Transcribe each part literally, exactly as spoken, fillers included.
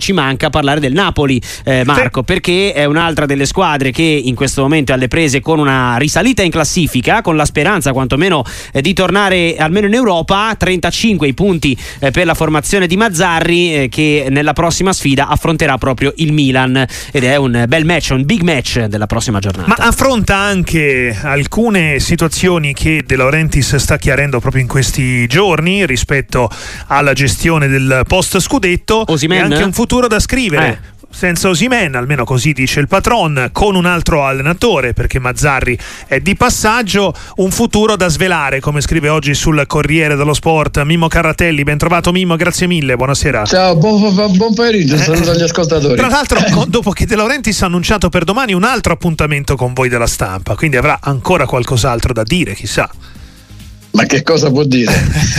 ci manca parlare del Napoli, eh, Marco, perché è un'altra delle squadre che in questo momento è alle prese con una risalita in classifica, con la speranza quantomeno eh, di tornare almeno in Europa. Trentacinque i punti eh, per la formazione di Mazzarri, eh, che nella prossima sfida affronterà proprio il Milan, ed è un bel match, un big match della prossima giornata. Ma affronta anche alcune situazioni che De Laurentiis sta chiarendo proprio in questi giorni rispetto alla gestione del post scudetto. Osimhen? E anche un futuro da scrivere. Eh. Senza Osimhen, almeno così dice il patron, con un altro allenatore, perché Mazzarri è di passaggio, un futuro da svelare, come scrive oggi sul Corriere dello Sport Mimmo Carratelli. Ben trovato Mimmo, grazie mille, buonasera. Ciao, buon, buon pomeriggio, saluto agli ascoltatori. Tra l'altro, dopo che De Laurentiis ha annunciato per domani un altro appuntamento con voi della stampa, quindi avrà ancora qualcos'altro da dire, chissà. Ma che cosa può dire?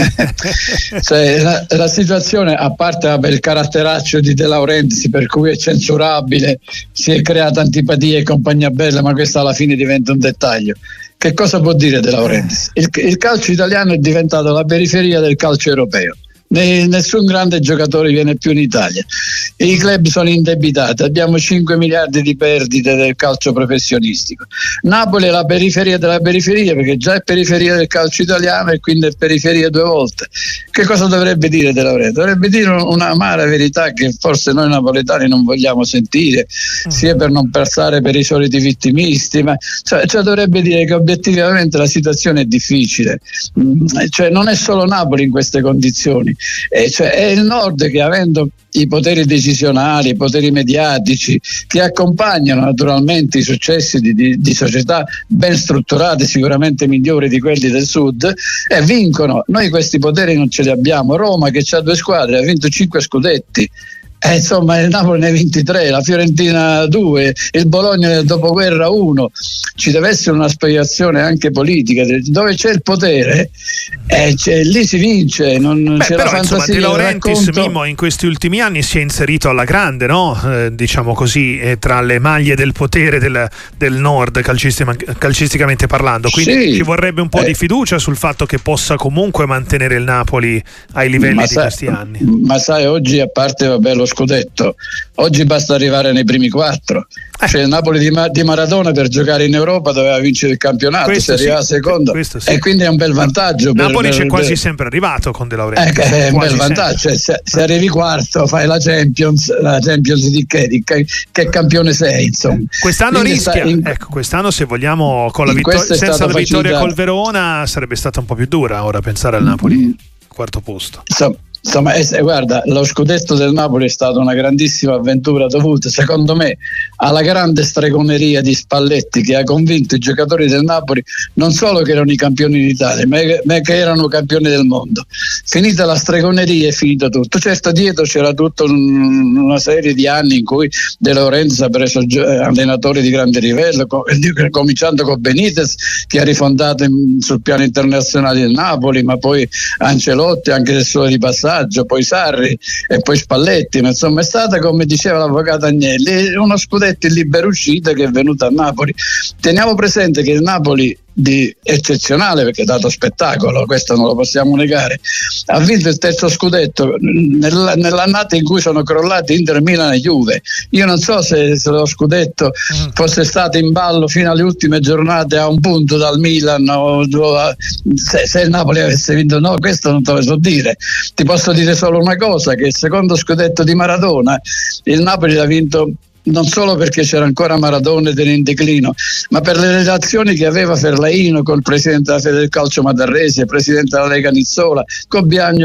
Cioè, la, la situazione, a parte vabbè, il caratteraccio di De Laurentiis, per cui è censurabile, si è creata antipatia e compagnia bella, ma questo alla fine diventa un dettaglio. Che cosa può dire De Laurentiis? Il, il calcio italiano è diventato la periferia del calcio europeo. Nessun grande giocatore viene più in Italia, i club sono indebitati, abbiamo cinque miliardi di perdite del calcio professionistico. Napoli è la periferia della periferia, perché già è periferia del calcio italiano e quindi è periferia due volte. Che cosa dovrebbe dire De Laurentiis? Dovrebbe dire un'amara verità che forse noi napoletani non vogliamo sentire, sia per non passare per i soliti vittimisti, ma cioè, cioè dovrebbe dire che obiettivamente la situazione è difficile, cioè non è solo Napoli in queste condizioni. E cioè è il Nord che, avendo i poteri decisionali, i poteri mediatici che accompagnano naturalmente i successi di, di, di società ben strutturate, sicuramente migliori di quelli del Sud, e vincono. Noi questi poteri non ce li abbiamo. Roma, che ha due squadre, ha vinto cinque scudetti. Eh, insomma, il Napoli ne ha ventitré, la Fiorentina due, il Bologna nel dopoguerra uno. Ci deve essere una spiegazione anche politica, dove c'è il potere, eh, c'è, lì si vince. Non Beh, c'è però la insomma fantasia. De Laurentiis, racconto... Mimmo, in questi ultimi anni si è inserito alla grande, no? Eh, diciamo così, eh, tra le maglie del potere del, del Nord, calcistica, calcisticamente parlando, quindi sì, ci vorrebbe un po' eh. di fiducia sul fatto che possa comunque mantenere il Napoli ai livelli ma di sai, questi anni. Ma sai, oggi, a parte vabbè, lo scudetto, oggi basta arrivare nei primi quattro. Eh. Cioè il Napoli di, Ma- di Maradona, per giocare in Europa, doveva vincere il campionato, questo se arrivava sì, secondo, sì. E quindi è un bel vantaggio. Per, Napoli per, c'è quasi per... sempre arrivato con De Laurentiis. Eh, è un bel vantaggio, cioè, se, se arrivi quarto fai la Champions, la Champions di che, di che, che campione sei, insomma. Quest'anno quindi rischia, in... ecco, quest'anno se vogliamo con la vittoria, senza la vittoria col Verona sarebbe stata un po' più dura ora pensare al Napoli mm. quarto posto. Insomma, Insomma, eh, guarda, lo scudetto del Napoli è stata una grandissima avventura dovuta, secondo me, alla grande stregoneria di Spalletti, che ha convinto i giocatori del Napoli non solo che erano i campioni d'Italia, ma che, ma che erano campioni del mondo. Finita la stregoneria è finito tutto. Certo, dietro c'era tutta un, una serie di anni in cui De Laurentiis ha preso gio- allenatori di grande livello, com- cominciando con Benitez, che ha rifondato in, sul piano internazionale il Napoli, ma poi Ancelotti, anche se solo di passaggio, poi Sarri e poi Spalletti, ma insomma è stata, come diceva l'avvocato Agnelli, uno scudetto in libera uscita che è venuto a Napoli. Teniamo presente che il Napoli, di eccezionale, perché ha dato spettacolo, questo non lo possiamo negare, ha vinto il terzo scudetto nell- nell'annata in cui sono crollati Inter, Milan e Juve. Io non so se, se lo scudetto mm. fosse stato in ballo fino alle ultime giornate a un punto dal Milan, o, o se, se il Napoli avesse vinto, no, questo non te lo so dire. Ti posso dire solo una cosa, che il secondo scudetto di Maradona il Napoli l'ha vinto non solo perché c'era ancora Maradona ed era in declino, ma per le relazioni che aveva Ferlaino col presidente della Federcalcio Madarresi, il presidente della Lega Nizzola, con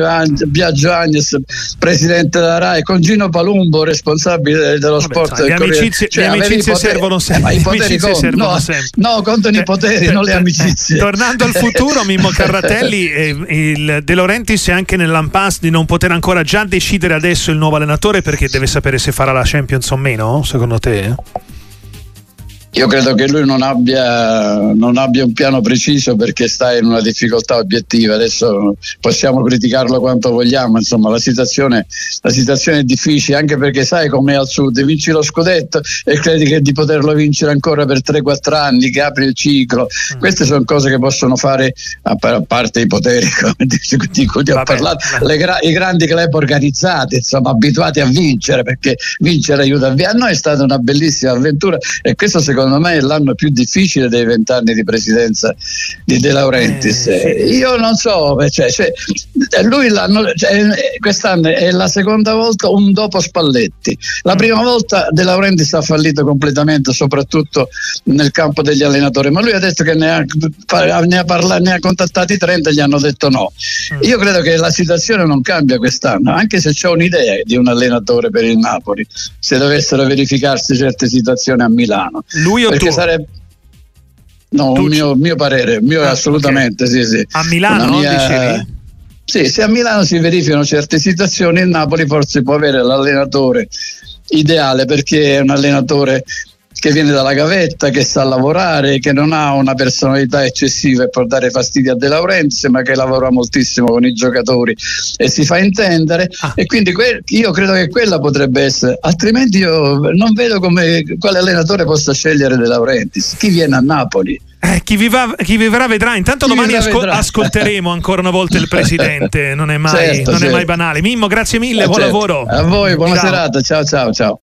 Biagio Agnes, presidente della RAI, con Gino Palumbo, responsabile dello Vabbè, sport. Sai, le amicizie, cioè, le amicizie servono sempre. Eh, i poteri amicizie servono no, sempre. no, contano eh, i poteri, eh, non le amicizie. Tornando al futuro, Mimmo Carratelli, eh, il De Laurentiis è anche nell'impasse di non poter ancora già decidere adesso il nuovo allenatore, perché deve sapere se farà la Champions o meno, secondo te? Io credo che lui non abbia, non abbia un piano preciso, perché sta in una difficoltà obiettiva. Adesso possiamo criticarlo quanto vogliamo, insomma la situazione, la situazione è difficile, anche perché sai com'è al sud, vinci lo scudetto e credi che di poterlo vincere ancora per tre quattro anni, che apri il ciclo. Mm. Queste sono cose che possono fare, a parte i poteri di cui ti ho parlato, le gra- i grandi club organizzati, insomma abituati a vincere, perché vincere aiuta a via. A noi è stata una bellissima avventura, e questo secondo Secondo me è l'anno più difficile dei vent'anni di presidenza di De Laurentiis. Eh, sì. Io non so, cioè, cioè, lui l'anno, cioè, quest'anno è la seconda volta un dopo Spalletti. La prima volta De Laurentiis ha fallito completamente, soprattutto nel campo degli allenatori, ma lui ha detto che ne ha, ne ha, parla, ne ha contattati trenta e gli hanno detto no. Io credo che la situazione non cambia quest'anno, anche se c'ho un'idea di un allenatore per il Napoli, se dovessero verificarsi certe situazioni a Milano. Lui o perché tu? Sarebbe no, un mio, mio parere, mio ah, assolutamente, okay. sì, sì. A Milano mia... dicevi? Sì, se a Milano si verificano certe situazioni, il Napoli forse può avere l'allenatore ideale, perché è un allenatore che viene dalla gavetta, che sa lavorare, che non ha una personalità eccessiva e può dare fastidio a De Laurentiis, ma che lavora moltissimo con i giocatori e si fa intendere. Ah. E quindi que- io credo che quella potrebbe essere, altrimenti io non vedo come quale allenatore possa scegliere De Laurentiis. Chi viene a Napoli? Eh, chi, viva, chi vivrà vedrà. Intanto chi domani asco- vedrà. ascolteremo ancora una volta il presidente. Non è mai, certo, non certo. è mai banale. Mimmo, grazie mille, eh, buon certo. lavoro. A voi, buona ciao. serata. Ciao ciao ciao.